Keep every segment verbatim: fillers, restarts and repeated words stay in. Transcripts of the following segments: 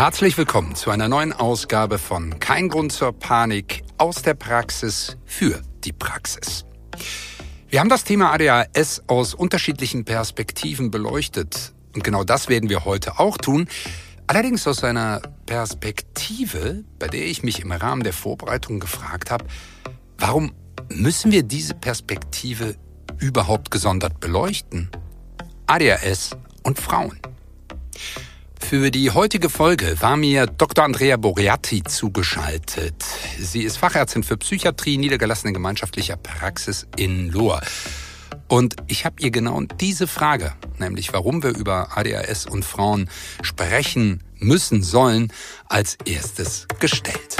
Herzlich willkommen zu einer neuen Ausgabe von Kein Grund zur Panik aus der Praxis für die Praxis. Wir haben das Thema A D H S aus unterschiedlichen Perspektiven beleuchtet. Und genau das werden wir heute auch tun. Allerdings aus einer Perspektive, bei der ich mich im Rahmen der Vorbereitung gefragt habe, warum müssen wir diese Perspektive überhaupt gesondert beleuchten? A D H S und Frauen. Für die heutige Folge war mir Doktor Andrea Boriati zugeschaltet. Sie ist Fachärztin für Psychiatrie, niedergelassene gemeinschaftlicher Praxis in Lohr. Und ich habe ihr genau diese Frage, nämlich warum wir über A D H S und Frauen sprechen müssen sollen, als erstes gestellt.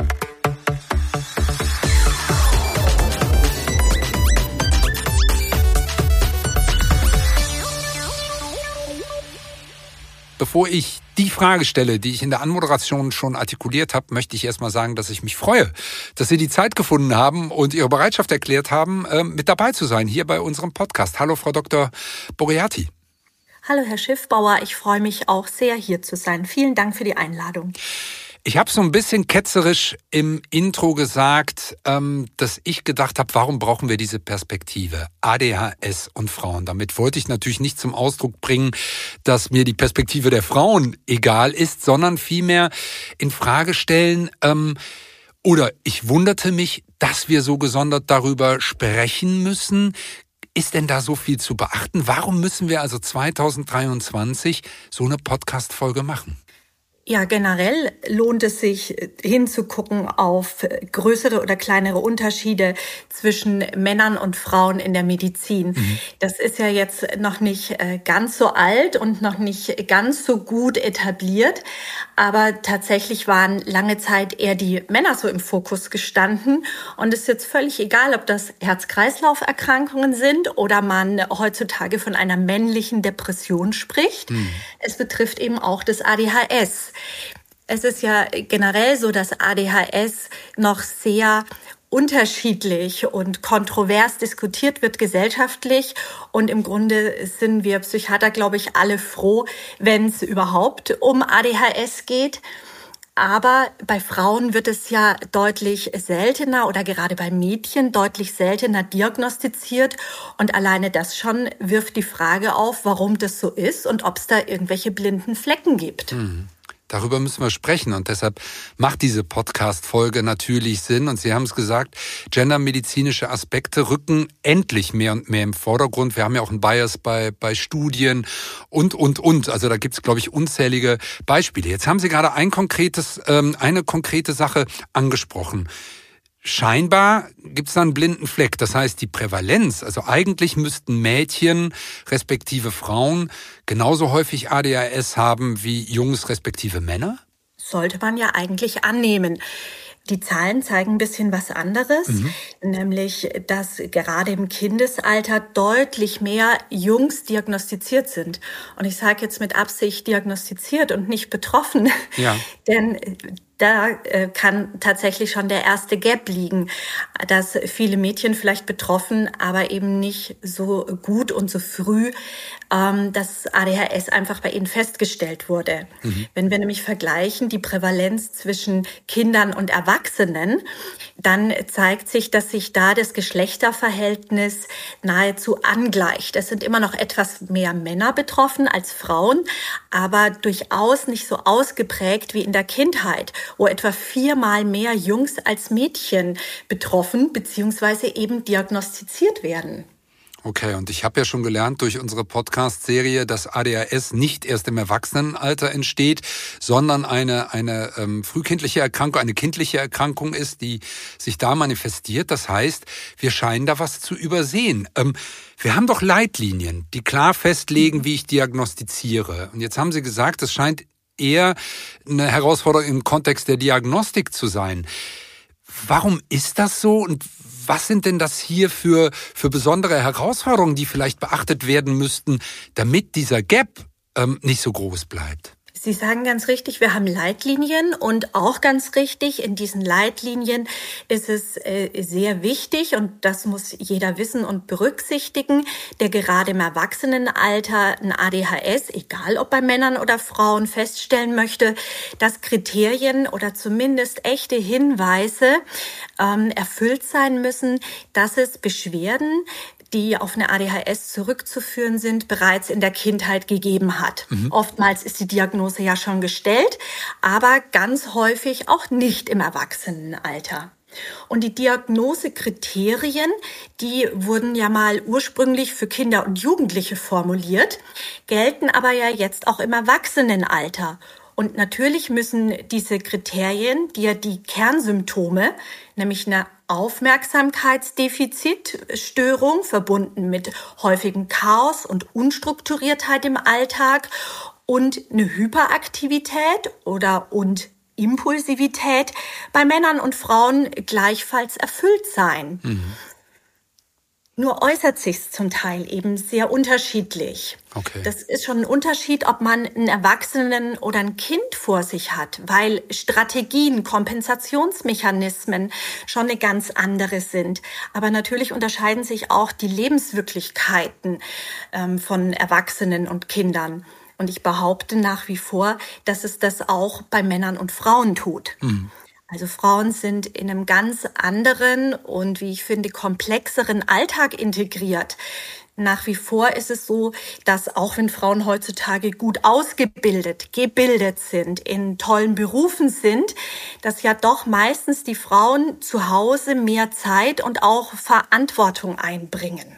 Bevor ich die Frage stelle, die ich in der Anmoderation schon artikuliert habe, möchte ich erstmal sagen, dass ich mich freue, dass Sie die Zeit gefunden haben und Ihre Bereitschaft erklärt haben, mit dabei zu sein hier bei unserem Podcast. Hallo, Frau Doktor Boriati. Hallo, Herr Schiffbauer. Ich freue mich auch sehr, hier zu sein. Vielen Dank für die Einladung. Ich habe so ein bisschen ketzerisch im Intro gesagt, ähm, dass ich gedacht habe, warum brauchen wir diese Perspektive? A D H S und Frauen. Damit wollte ich natürlich nicht zum Ausdruck bringen, dass mir die Perspektive der Frauen egal ist, sondern vielmehr in Frage stellen, ähm, oder ich wunderte mich, dass wir so gesondert darüber sprechen müssen. Ist denn da so viel zu beachten? Warum müssen wir also zwanzig dreiundzwanzig so eine Podcast-Folge machen? Ja, generell lohnt es sich hinzugucken auf größere oder kleinere Unterschiede zwischen Männern und Frauen in der Medizin. Mhm. Das ist ja jetzt noch nicht ganz so alt und noch nicht ganz so gut etabliert, aber tatsächlich waren lange Zeit eher die Männer so im Fokus gestanden und es ist jetzt völlig egal, ob das Herz-Kreislauf-Erkrankungen sind oder man heutzutage von einer männlichen Depression spricht. Mhm. Es betrifft eben auch das A D H S. Es ist ja generell so, dass A D H S noch sehr unterschiedlich und kontrovers diskutiert wird gesellschaftlich. Und im Grunde sind wir Psychiater, glaube ich, alle froh, wenn es überhaupt um A D H S geht. Aber bei Frauen wird es ja deutlich seltener oder gerade bei Mädchen deutlich seltener diagnostiziert. Und alleine das schon wirft die Frage auf, warum das so ist und ob es da irgendwelche blinden Flecken gibt. Mhm. Darüber müssen wir sprechen und deshalb macht diese Podcast-Folge natürlich Sinn. Und Sie haben es gesagt, gendermedizinische Aspekte rücken endlich mehr und mehr im Vordergrund. Wir haben ja auch einen Bias bei, bei Studien und, und, und. Also da gibt es, glaube ich, unzählige Beispiele. Jetzt haben Sie gerade ein konkretes, ähm, eine konkrete Sache angesprochen. Scheinbar gibt es da einen blinden Fleck. Das heißt, die Prävalenz, also eigentlich müssten Mädchen respektive Frauen genauso häufig A D H S haben wie Jungs respektive Männer? Sollte man ja eigentlich annehmen. Die Zahlen zeigen ein bisschen was anderes, mhm. nämlich, dass gerade im Kindesalter deutlich mehr Jungs diagnostiziert sind. Und ich sage jetzt mit Absicht diagnostiziert und nicht betroffen, ja. denn da kann tatsächlich schon der erste Gap liegen, dass viele Mädchen vielleicht betroffen, aber eben nicht so gut und so früh, ähm, dass A D H S einfach bei ihnen festgestellt wurde. Mhm. Wenn wir nämlich vergleichen die Prävalenz zwischen Kindern und Erwachsenen, dann zeigt sich, dass sich da das Geschlechterverhältnis nahezu angleicht. Es sind immer noch etwas mehr Männer betroffen als Frauen, aber durchaus nicht so ausgeprägt wie in der Kindheit, wo etwa viermal mehr Jungs als Mädchen betroffen bzw. eben diagnostiziert werden. Okay, und ich habe ja schon gelernt durch unsere Podcast-Serie, dass A D H S nicht erst im Erwachsenenalter entsteht, sondern eine eine ähm, frühkindliche Erkrankung, eine kindliche Erkrankung ist, die sich da manifestiert. Das heißt, wir scheinen da was zu übersehen. Ähm, wir haben doch Leitlinien, die klar festlegen, wie ich diagnostiziere. Und jetzt haben Sie gesagt, es scheint eher eine Herausforderung im Kontext der Diagnostik zu sein. Warum ist das so und was sind denn das hier für, für besondere Herausforderungen, die vielleicht beachtet werden müssten, damit dieser Gap ähm, nicht so groß bleibt? Sie sagen ganz richtig, wir haben Leitlinien und auch ganz richtig, in diesen Leitlinien ist es äh, sehr wichtig und das muss jeder wissen und berücksichtigen, der gerade im Erwachsenenalter ein A D H S, egal ob bei Männern oder Frauen, feststellen möchte, dass Kriterien oder zumindest echte Hinweise ähm, erfüllt sein müssen, dass es Beschwerden, die auf eine A D H S zurückzuführen sind, bereits in der Kindheit gegeben hat. Mhm. Oftmals ist die Diagnose ja schon gestellt, aber ganz häufig auch nicht im Erwachsenenalter. Und die Diagnosekriterien, die wurden ja mal ursprünglich für Kinder und Jugendliche formuliert, gelten aber ja jetzt auch im Erwachsenenalter. Und natürlich müssen diese Kriterien, die ja die Kernsymptome, nämlich eine Aufmerksamkeitsdefizitstörung verbunden mit häufigem Chaos und Unstrukturiertheit im Alltag und eine Hyperaktivität oder und Impulsivität bei Männern und Frauen gleichfalls erfüllt sein. Mhm. Nur äußert sich's zum Teil eben sehr unterschiedlich. Okay. Das ist schon ein Unterschied, ob man einen Erwachsenen oder ein Kind vor sich hat, weil Strategien, Kompensationsmechanismen schon eine ganz andere sind. Aber natürlich unterscheiden sich auch die Lebenswirklichkeiten ähm, von Erwachsenen und Kindern. Und ich behaupte nach wie vor, dass es das auch bei Männern und Frauen tut. Mhm. Also Frauen sind in einem ganz anderen und, wie ich finde, komplexeren Alltag integriert. Nach wie vor ist es so, dass auch wenn Frauen heutzutage gut ausgebildet, gebildet sind, in tollen Berufen sind, dass ja doch meistens die Frauen zu Hause mehr Zeit und auch Verantwortung einbringen.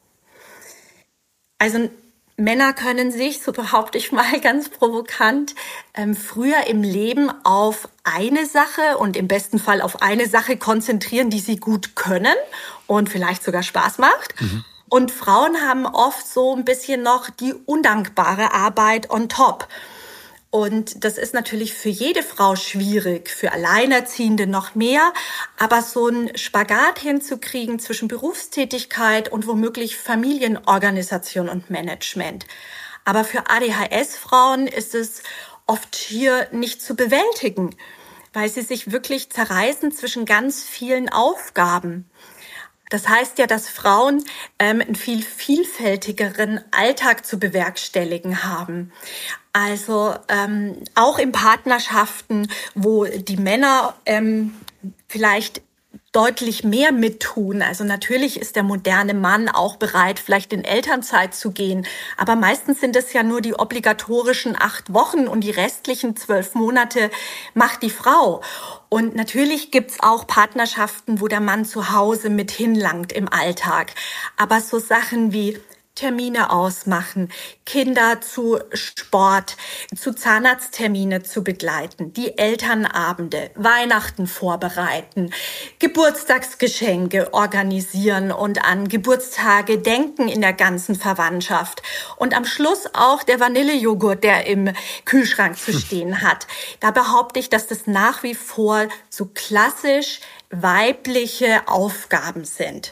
Also Männer können sich, so behaupte ich mal ganz provokant, ähm, früher im Leben auf eine Sache und im besten Fall auf eine Sache konzentrieren, die sie gut können und vielleicht sogar Spaß macht. Mhm. Und Frauen haben oft so ein bisschen noch die undankbare Arbeit on top. Und das ist natürlich für jede Frau schwierig, für Alleinerziehende noch mehr. Aber so ein Spagat hinzukriegen zwischen Berufstätigkeit und womöglich Familienorganisation und Management. Aber für A D H S-Frauen ist es oft hier nicht zu bewältigen, weil sie sich wirklich zerreißen zwischen ganz vielen Aufgaben. Das heißt ja, dass Frauen ähm, einen viel vielfältigeren Alltag zu bewerkstelligen haben. Also ähm, auch in Partnerschaften, wo die Männer ähm, vielleicht deutlich mehr mittun. Also natürlich ist der moderne Mann auch bereit, vielleicht in Elternzeit zu gehen. Aber meistens sind es ja nur die obligatorischen acht Wochen und die restlichen zwölf Monate macht die Frau. Und natürlich gibt's auch Partnerschaften, wo der Mann zu Hause mit hinlangt im Alltag. Aber so Sachen wie Termine ausmachen, Kinder zu Sport, zu Zahnarzttermine zu begleiten, die Elternabende, Weihnachten vorbereiten, Geburtstagsgeschenke organisieren und an Geburtstage denken in der ganzen Verwandtschaft. Und am Schluss auch der Vanillejoghurt, der im Kühlschrank zu stehen hat. Da behaupte ich, dass das nach wie vor so klassisch weibliche Aufgaben sind.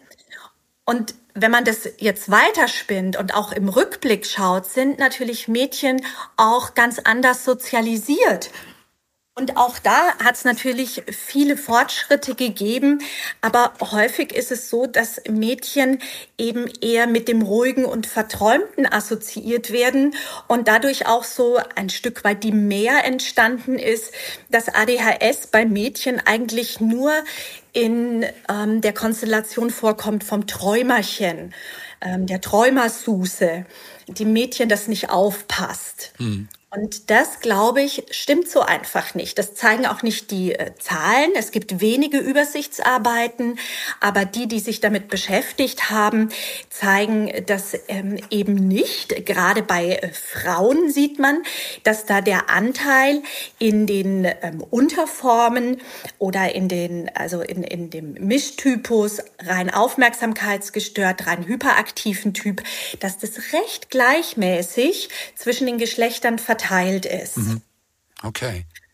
Und wenn man das jetzt weiterspinnt und auch im Rückblick schaut, sind natürlich Mädchen auch ganz anders sozialisiert. Und auch da hat es natürlich viele Fortschritte gegeben, aber häufig ist es so, dass Mädchen eben eher mit dem Ruhigen und Verträumten assoziiert werden und dadurch auch so ein Stück weit die Mehr entstanden ist, dass A D H S bei Mädchen eigentlich nur in ähm, der Konstellation vorkommt vom Träumerchen, ähm, der Träumersuse, die Mädchen das nicht aufpasst. Mhm. Und das, glaube ich, stimmt so einfach nicht. Das zeigen auch nicht die äh, Zahlen. Es gibt wenige Übersichtsarbeiten, aber die, die sich damit beschäftigt haben, zeigen das ähm, eben nicht. Gerade bei äh, Frauen sieht man, dass da der Anteil in den ähm, Unterformen oder in den, also in, in dem Mischtypus rein aufmerksamkeitsgestört, rein hyperaktiven Typ, dass das recht gleichmäßig zwischen den Geschlechtern verteilt ist. Mhm. Okay.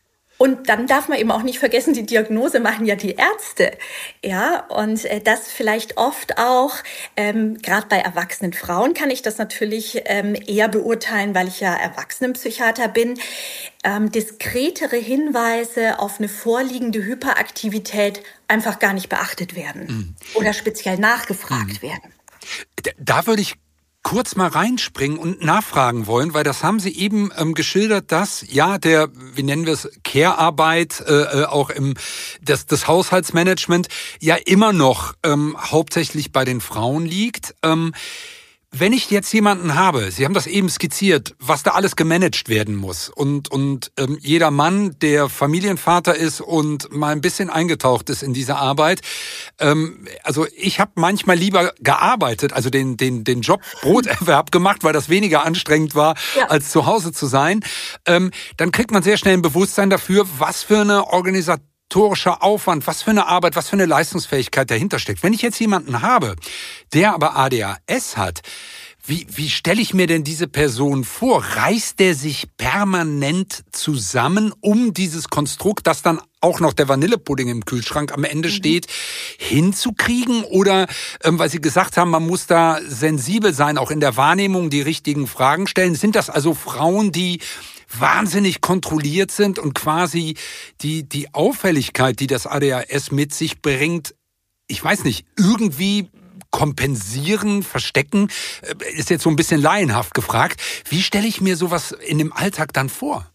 Und dann darf man eben auch nicht vergessen, die Diagnose machen ja die Ärzte. Ja, und äh, das vielleicht oft auch, ähm, gerade bei erwachsenen Frauen kann ich das natürlich ähm, eher beurteilen, weil ich ja Erwachsenenpsychiater bin, ähm, diskretere Hinweise auf eine vorliegende Hyperaktivität einfach gar nicht beachtet werden mhm. oder speziell nachgefragt mhm. werden. Da würde ich kurz mal reinspringen und nachfragen wollen, weil das haben Sie eben ähm, geschildert, dass ja der, wie nennen wir es, Care-Arbeit, äh, auch im das, das Haushaltsmanagement ja immer noch ähm, hauptsächlich bei den Frauen liegt. Ähm, Wenn ich jetzt jemanden habe, Sie haben das eben skizziert, was da alles gemanagt werden muss und und ähm, jeder Mann, der Familienvater ist und mal ein bisschen eingetaucht ist in diese Arbeit, ähm, also ich habe manchmal lieber gearbeitet, also den den den Job Broterwerb gemacht, weil das weniger anstrengend war, ja. als zu Hause zu sein. Ähm, dann kriegt man sehr schnell ein Bewusstsein dafür, was für eine Organisation Aufwand, was für eine Arbeit, was für eine Leistungsfähigkeit dahinter steckt. Wenn ich jetzt jemanden habe, der aber A D H S hat, wie, wie stelle ich mir denn diese Person vor? Reißt der sich permanent zusammen, um dieses Konstrukt, das dann auch noch der Vanillepudding im Kühlschrank am Ende mhm. steht, hinzukriegen? Oder, ähm, weil Sie gesagt haben, man muss da sensibel sein, auch in der Wahrnehmung die richtigen Fragen stellen. Sind das also Frauen, die wahnsinnig kontrolliert sind und quasi die die Auffälligkeit, die das A D H S mit sich bringt, ich weiß nicht, irgendwie kompensieren, verstecken, ist jetzt so ein bisschen laienhaft gefragt. Wie stelle ich mir sowas in dem Alltag dann vor?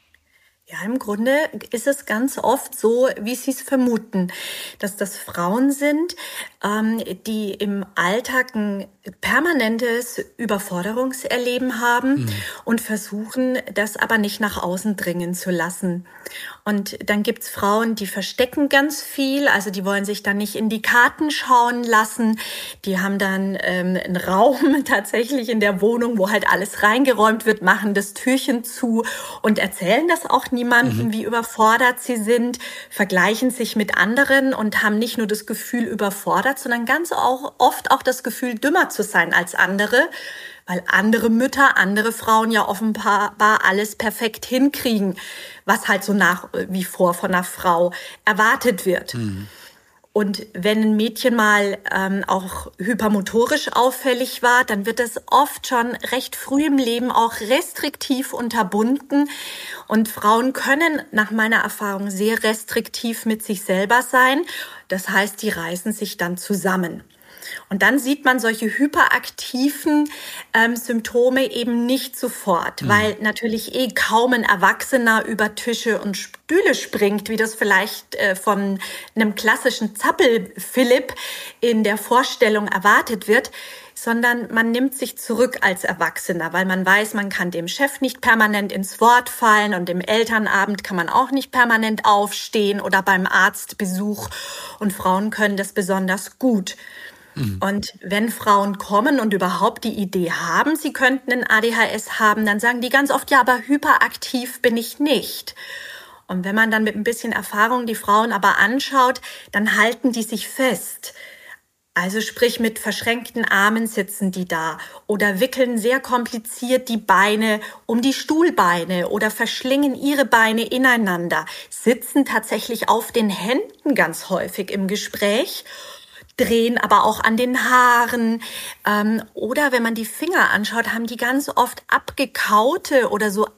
Ja, im Grunde ist es ganz oft so, wie Sie es vermuten, dass das Frauen sind, ähm, die im Alltag ein permanentes Überforderungserleben haben mhm. und versuchen, das aber nicht nach außen dringen zu lassen. Und dann gibt's Frauen, die verstecken ganz viel, also die wollen sich dann nicht in die Karten schauen lassen. Die haben dann ähm, einen Raum tatsächlich in der Wohnung, wo halt alles reingeräumt wird, machen das Türchen zu und erzählen das auch niemandem, mhm. wie überfordert sie sind, vergleichen sich mit anderen und haben nicht nur das Gefühl überfordert, sondern ganz auch oft auch das Gefühl, dümmer zu sein als andere, weil andere Mütter, andere Frauen ja offenbar alles perfekt hinkriegen, was halt so nach wie vor von einer Frau erwartet wird. Mhm. Und wenn ein Mädchen mal ähm, auch hypermotorisch auffällig war, dann wird das oft schon recht früh im Leben auch restriktiv unterbunden. Und Frauen können nach meiner Erfahrung sehr restriktiv mit sich selber sein. Das heißt, die reißen sich dann zusammen. Und dann sieht man solche hyperaktiven ähm, Symptome eben nicht sofort, mhm. weil natürlich eh kaum ein Erwachsener über Tische und Stühle springt, wie das vielleicht äh, von einem klassischen Zappel-Philipp in der Vorstellung erwartet wird, sondern man nimmt sich zurück als Erwachsener, weil man weiß, man kann dem Chef nicht permanent ins Wort fallen und im Elternabend kann man auch nicht permanent aufstehen oder beim Arztbesuch. Und Frauen können das besonders gut. Und wenn Frauen kommen und überhaupt die Idee haben, sie könnten ein A D H S haben, dann sagen die ganz oft, ja, aber hyperaktiv bin ich nicht. Und wenn man dann mit ein bisschen Erfahrung die Frauen aber anschaut, dann halten die sich fest. Also sprich, mit verschränkten Armen sitzen die da oder wickeln sehr kompliziert die Beine um die Stuhlbeine oder verschlingen ihre Beine ineinander, sitzen tatsächlich auf den Händen ganz häufig im Gespräch, drehen aber auch an den Haaren. Ähm, oder wenn man die Finger anschaut, haben die ganz oft abgekaute oder so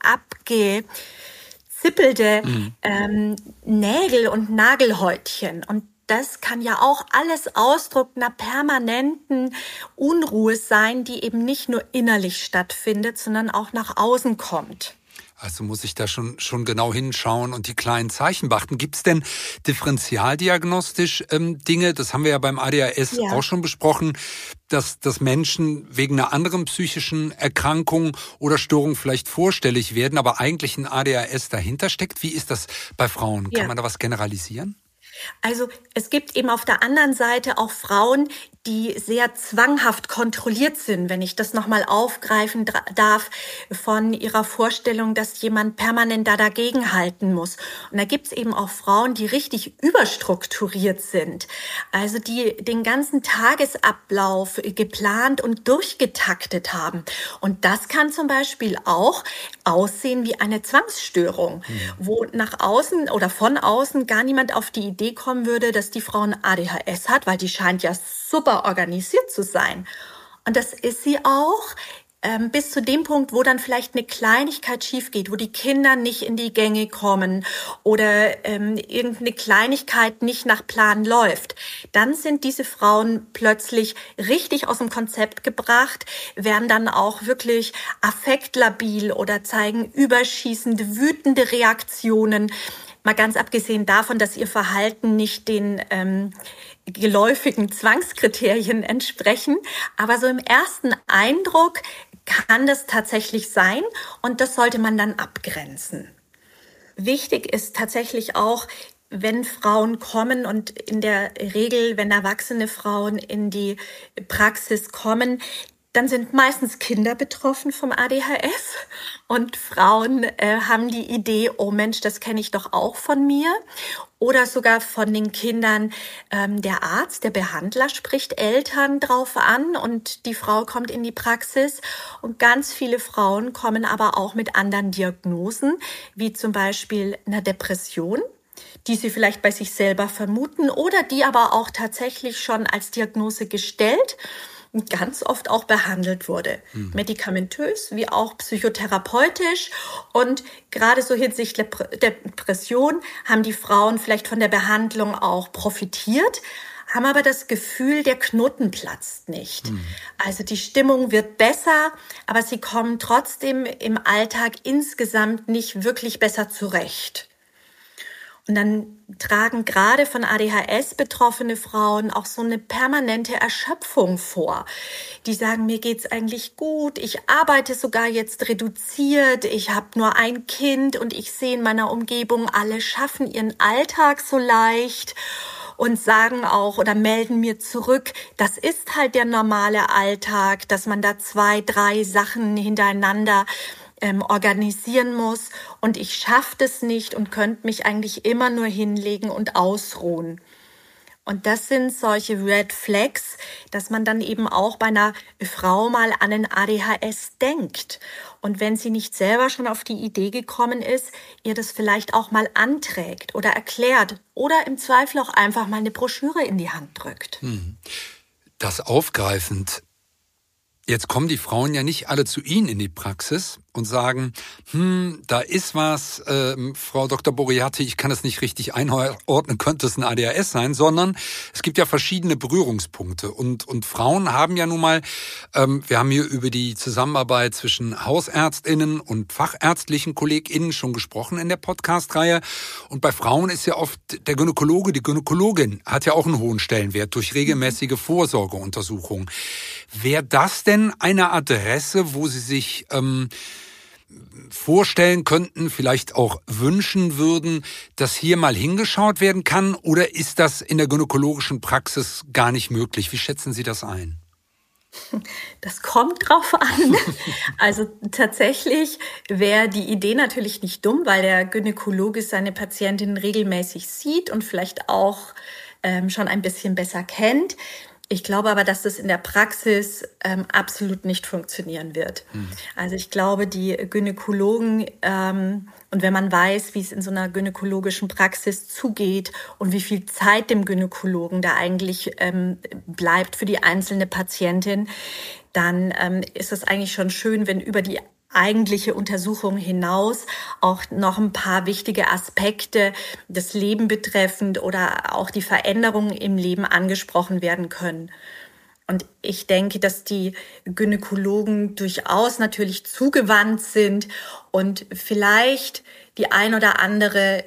abgezippelte mhm. ähm, Nägel und Nagelhäutchen. Und das kann ja auch alles Ausdruck einer permanenten Unruhe sein, die eben nicht nur innerlich stattfindet, sondern auch nach außen kommt. Also muss ich da schon schon genau hinschauen und die kleinen Zeichen beachten. Gibt es denn differentialdiagnostisch ähm, Dinge, das haben wir ja beim A D H S ja. auch schon besprochen, dass, dass Menschen wegen einer anderen psychischen Erkrankung oder Störung vielleicht vorstellig werden, aber eigentlich ein A D H S dahinter steckt? Wie ist das bei Frauen? Ja. Kann man da was generalisieren? Also es gibt eben auf der anderen Seite auch Frauen, die sehr zwanghaft kontrolliert sind, wenn ich das nochmal aufgreifen darf, von ihrer Vorstellung, dass jemand permanent da dagegenhalten muss. Und da gibt's eben auch Frauen, die richtig überstrukturiert sind, also die den ganzen Tagesablauf geplant und durchgetaktet haben. Und das kann zum Beispiel auch aussehen wie eine Zwangsstörung, mhm. wo nach außen oder von außen gar niemand auf die Idee kommen würde, dass die Frau ein A D H S hat, weil die scheint ja super organisiert zu sein. Und das ist sie auch, ähm, bis zu dem Punkt, wo dann vielleicht eine Kleinigkeit schief geht, wo die Kinder nicht in die Gänge kommen oder ähm, irgendeine Kleinigkeit nicht nach Plan läuft. Dann sind diese Frauen plötzlich richtig aus dem Konzept gebracht, werden dann auch wirklich affektlabil oder zeigen überschießende, wütende Reaktionen. Mal ganz abgesehen davon, dass ihr Verhalten nicht den ähm, geläufigen Zwangskriterien entsprechen. Aber so im ersten Eindruck kann das tatsächlich sein und das sollte man dann abgrenzen. Wichtig ist tatsächlich auch, wenn Frauen kommen und in der Regel, wenn erwachsene Frauen in die Praxis kommen, dann sind meistens Kinder betroffen vom A D H S und Frauen äh, haben die Idee, oh Mensch, das kenne ich doch auch von mir. Oder sogar von den Kindern, ähm, der Arzt, der Behandler spricht Eltern drauf an und die Frau kommt in die Praxis. Und ganz viele Frauen kommen aber auch mit anderen Diagnosen, wie zum Beispiel einer Depression, die sie vielleicht bei sich selber vermuten oder die aber auch tatsächlich schon als Diagnose gestellt und ganz oft auch behandelt wurde. Mhm. Medikamentös wie auch psychotherapeutisch. Und gerade so hinsichtlich Depression haben die Frauen vielleicht von der Behandlung auch profitiert, haben aber das Gefühl, der Knoten platzt nicht. Mhm. Also die Stimmung wird besser, aber sie kommen trotzdem im Alltag insgesamt nicht wirklich besser zurecht. Und dann tragen gerade von A D H S betroffene Frauen auch so eine permanente Erschöpfung vor. Die sagen, mir geht's eigentlich gut, ich arbeite sogar jetzt reduziert, ich habe nur ein Kind und ich sehe in meiner Umgebung, alle schaffen ihren Alltag so leicht und sagen auch oder melden mir zurück, das ist halt der normale Alltag, dass man da zwei, drei Sachen hintereinander Ähm, organisieren muss und ich schaffe das nicht und könnte mich eigentlich immer nur hinlegen und ausruhen. Und das sind solche Red Flags, dass man dann eben auch bei einer Frau mal an ein A D H S denkt. Und wenn sie nicht selber schon auf die Idee gekommen ist, ihr das vielleicht auch mal anträgt oder erklärt oder im Zweifel auch einfach mal eine Broschüre in die Hand drückt. Das aufgreifend. Jetzt kommen die Frauen ja nicht alle zu Ihnen in die Praxis und sagen, hm, da ist was, äh, Frau Doktor Boriati, ich kann es nicht richtig einordnen, könnte es ein A D H S sein, sondern es gibt ja verschiedene Berührungspunkte und und Frauen haben ja nun mal, ähm, wir haben hier über die Zusammenarbeit zwischen HausärztInnen und fachärztlichen KollegInnen schon gesprochen in der Podcast-Reihe und bei Frauen ist ja oft der Gynäkologe, die Gynäkologin hat ja auch einen hohen Stellenwert durch regelmäßige Vorsorgeuntersuchungen. Wäre das denn eine Adresse, wo Sie sich ähm, vorstellen könnten, vielleicht auch wünschen würden, dass hier mal hingeschaut werden kann? Oder ist das in der gynäkologischen Praxis gar nicht möglich? Wie schätzen Sie das ein? Das kommt drauf an. Also tatsächlich wäre die Idee natürlich nicht dumm, weil der Gynäkologe seine Patientin regelmäßig sieht und vielleicht auch ähm, schon ein bisschen besser kennt. Ich glaube aber, dass das in der Praxis ähm, absolut nicht funktionieren wird. Mhm. Also ich glaube, die Gynäkologen, ähm, und wenn man weiß, wie es in so einer gynäkologischen Praxis zugeht und wie viel Zeit dem Gynäkologen da eigentlich ähm, bleibt für die einzelne Patientin, dann ähm, ist es eigentlich schon schön, wenn über die eigentliche Untersuchung hinaus auch noch ein paar wichtige Aspekte des Lebens betreffend oder auch die Veränderungen im Leben angesprochen werden können. Und ich denke, dass die Gynäkologen durchaus natürlich zugewandt sind und vielleicht die ein oder andere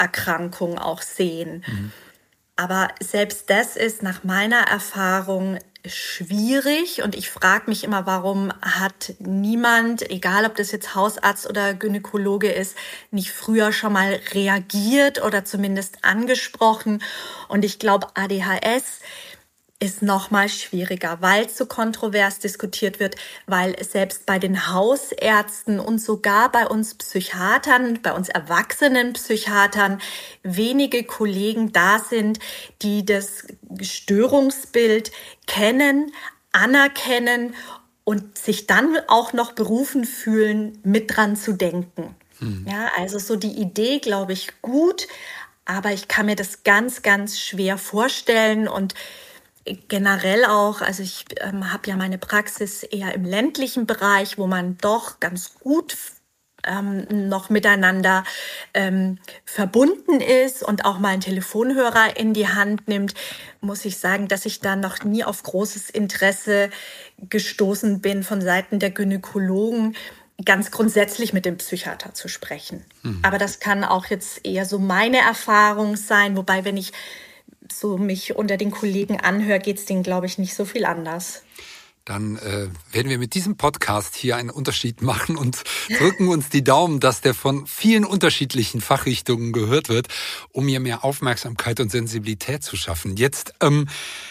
Stimmungserkrankung auch sehen. Mhm. Aber selbst das ist nach meiner Erfahrung schwierig und ich frage mich immer, warum hat niemand, egal ob das jetzt Hausarzt oder Gynäkologe ist, nicht früher schon mal reagiert oder zumindest angesprochen. Und ich glaube, A D H S ist noch mal schwieriger, weil es so kontrovers diskutiert wird, weil selbst bei den Hausärzten und sogar bei uns Psychiatern, bei uns erwachsenen Psychiatern wenige Kollegen da sind, die das Störungsbild kennen, anerkennen und sich dann auch noch berufen fühlen, mit dran zu denken. Hm. Ja, also so die Idee, glaube ich, gut, aber ich kann mir das ganz, ganz schwer vorstellen und generell auch, also ich ähm, habe ja meine Praxis eher im ländlichen Bereich, wo man doch ganz gut ähm, noch miteinander ähm, verbunden ist und auch mal einen Telefonhörer in die Hand nimmt, muss ich sagen, dass ich da noch nie auf großes Interesse gestoßen bin von Seiten der Gynäkologen, ganz grundsätzlich mit dem Psychiater zu sprechen. Mhm. Aber das kann auch jetzt eher so meine Erfahrung sein, wobei, wenn ich so mich unter den Kollegen anhöre, geht es denen, glaube ich, nicht so viel anders. Dann äh, werden wir mit diesem Podcast hier einen Unterschied machen und drücken uns die Daumen, dass der von vielen unterschiedlichen Fachrichtungen gehört wird, um hier mehr Aufmerksamkeit und Sensibilität zu schaffen. Jetzt ähm,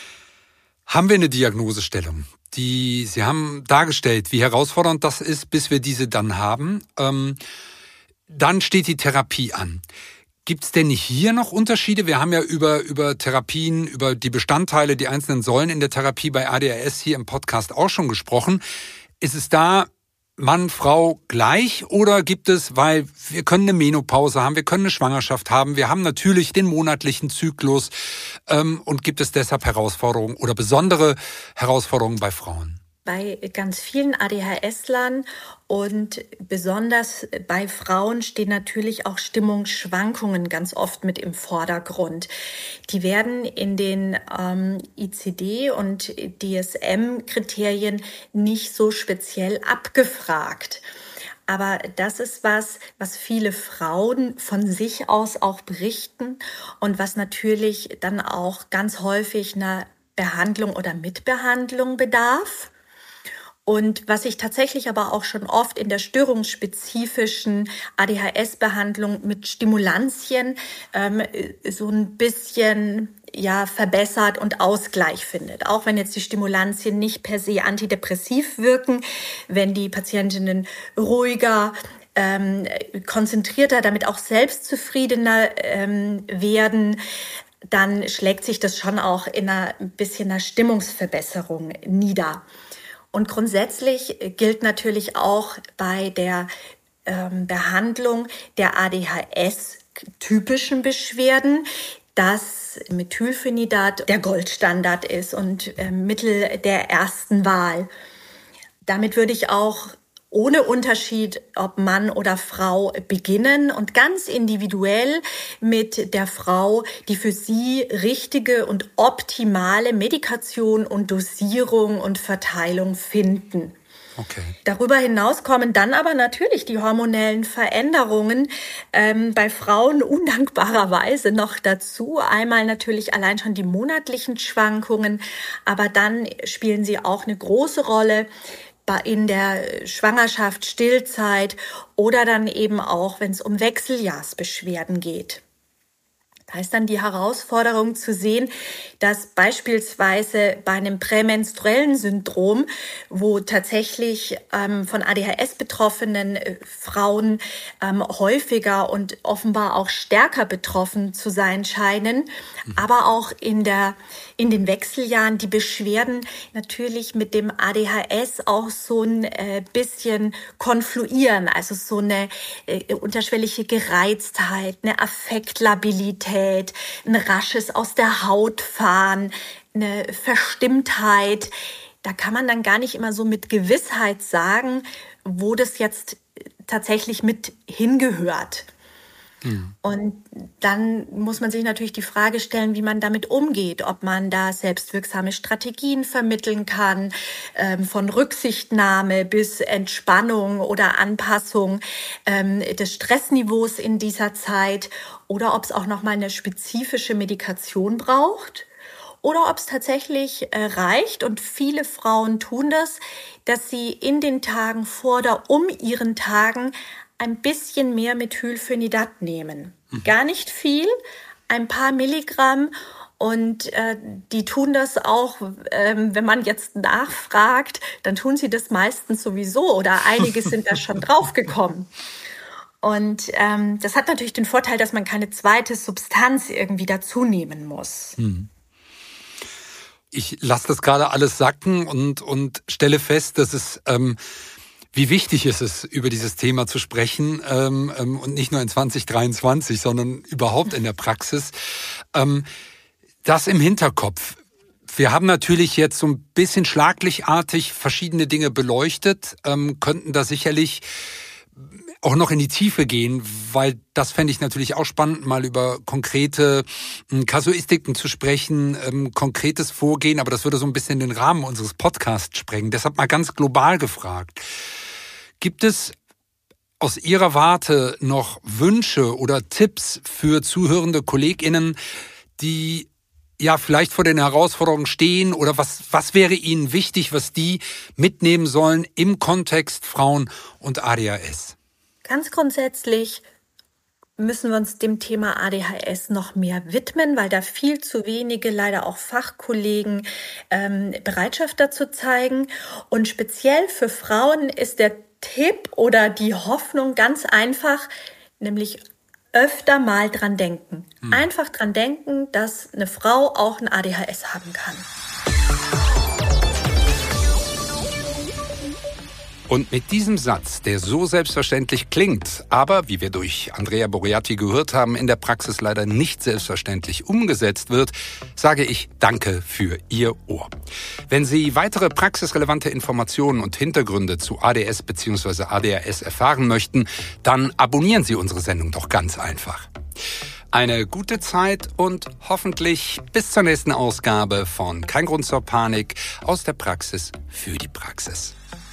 haben wir eine Diagnosestellung. Die Sie haben dargestellt, wie herausfordernd das ist, bis wir diese dann haben. Ähm, dann steht die Therapie an. Gibt es denn hier noch Unterschiede? Wir haben ja über, über Therapien, über die Bestandteile, die einzelnen Säulen in der Therapie bei A D H S hier im Podcast auch schon gesprochen. Ist es da Mann, Frau gleich oder gibt es, weil wir können eine Menopause haben, wir können eine Schwangerschaft haben, wir haben natürlich den monatlichen Zyklus ähm, und gibt es deshalb Herausforderungen oder besondere Herausforderungen bei Frauen? Bei ganz vielen A D H S-Lern und besonders bei Frauen stehen natürlich auch Stimmungsschwankungen ganz oft mit im Vordergrund. Die werden in den ähm, I C D- und D S M-Kriterien nicht so speziell abgefragt. Aber das ist was, was viele Frauen von sich aus auch berichten und was natürlich dann auch ganz häufig einer Behandlung oder Mitbehandlung bedarf. Und was ich tatsächlich aber auch schon oft in der störungsspezifischen A D H S-Behandlung mit Stimulantien ähm, so ein bisschen ja verbessert und Ausgleich findet. Auch wenn jetzt die Stimulantien nicht per se antidepressiv wirken, wenn die Patientinnen ruhiger, ähm, konzentrierter, damit auch selbstzufriedener ähm, werden, dann schlägt sich das schon auch in einer ein bisschen einer Stimmungsverbesserung nieder. Und grundsätzlich gilt natürlich auch bei der ähm, Behandlung der A D H S-typischen Beschwerden, dass Methylphenidat der Goldstandard ist und äh, Mittel der ersten Wahl. Damit würde ich auch ohne Unterschied, ob Mann oder Frau, beginnen und ganz individuell mit der Frau die für sie richtige und optimale Medikation und Dosierung und Verteilung finden. Okay. Darüber hinaus kommen dann aber natürlich die hormonellen Veränderungen ähm, bei Frauen undankbarerweise noch dazu. Einmal natürlich allein schon die monatlichen Schwankungen, aber dann spielen sie auch eine große Rolle in der Schwangerschaft, Stillzeit oder dann eben auch, wenn es um Wechseljahrsbeschwerden geht. Da ist dann die Herausforderung zu sehen, dass beispielsweise bei einem prämenstruellen Syndrom, wo tatsächlich ähm, von A D H S betroffenen äh, Frauen ähm, häufiger und offenbar auch stärker betroffen zu sein scheinen, mhm. aber auch in der in den Wechseljahren die Beschwerden natürlich mit dem A D H S auch so ein äh, bisschen konfluieren, also so eine äh, unterschwellige Gereiztheit, eine Affektlabilität, ein rasches aus der Haut fahren, eine Verstimmtheit. Da kann man dann gar nicht immer so mit Gewissheit sagen, wo das jetzt tatsächlich mit hingehört. Mhm. Und dann muss man sich natürlich die Frage stellen, wie man damit umgeht, ob man da selbstwirksame Strategien vermitteln kann, ähm, von Rücksichtnahme bis Entspannung oder Anpassung ähm, des Stressniveaus in dieser Zeit oder ob es auch noch mal eine spezifische Medikation braucht oder ob es tatsächlich äh, reicht, und viele Frauen tun das, dass sie in den Tagen vor oder um ihren Tagen ein bisschen mehr Methylphenidat nehmen. Mhm. Gar nicht viel, ein paar Milligramm. Und äh, die tun das auch, ähm, wenn man jetzt nachfragt, dann tun sie das meistens sowieso oder einige sind da schon draufgekommen. Und ähm, das hat natürlich den Vorteil, dass man keine zweite Substanz irgendwie dazu nehmen muss. Hm. Ich lasse das gerade alles sacken und, und stelle fest, dass es... Ähm Wie wichtig ist es, über dieses Thema zu sprechen, ähm, ähm, und nicht nur in zwanzig dreiundzwanzig, sondern überhaupt in der Praxis. Ähm, das im Hinterkopf. Wir haben natürlich jetzt so ein bisschen schlaglichartig verschiedene Dinge beleuchtet, ähm, könnten da sicherlich auch noch in die Tiefe gehen, weil das fände ich natürlich auch spannend, mal über konkrete äh, Kasuistiken zu sprechen, ähm, konkretes Vorgehen, aber das würde so ein bisschen den Rahmen unseres Podcasts sprengen. Deshalb mal ganz global gefragt. Gibt es aus Ihrer Warte noch Wünsche oder Tipps für zuhörende KollegInnen, die ja vielleicht vor den Herausforderungen stehen, oder was, was wäre Ihnen wichtig, was die mitnehmen sollen im Kontext Frauen und A D H S? Ganz grundsätzlich müssen wir uns dem Thema A D H S noch mehr widmen, weil da viel zu wenige, leider auch Fachkollegen, ähm, Bereitschaft dazu zeigen. Und speziell für Frauen ist der Tipp oder die Hoffnung ganz einfach, nämlich öfter mal dran denken. Hm. Einfach dran denken, dass eine Frau auch ein A D H S haben kann. Und mit diesem Satz, der so selbstverständlich klingt, aber, wie wir durch Andrea Boriati gehört haben, in der Praxis leider nicht selbstverständlich umgesetzt wird, sage ich Danke für Ihr Ohr. Wenn Sie weitere praxisrelevante Informationen und Hintergründe zu A D S bzw. A D H S erfahren möchten, dann abonnieren Sie unsere Sendung doch ganz einfach. Eine gute Zeit und hoffentlich bis zur nächsten Ausgabe von Kein Grund zur Panik aus der Praxis für die Praxis.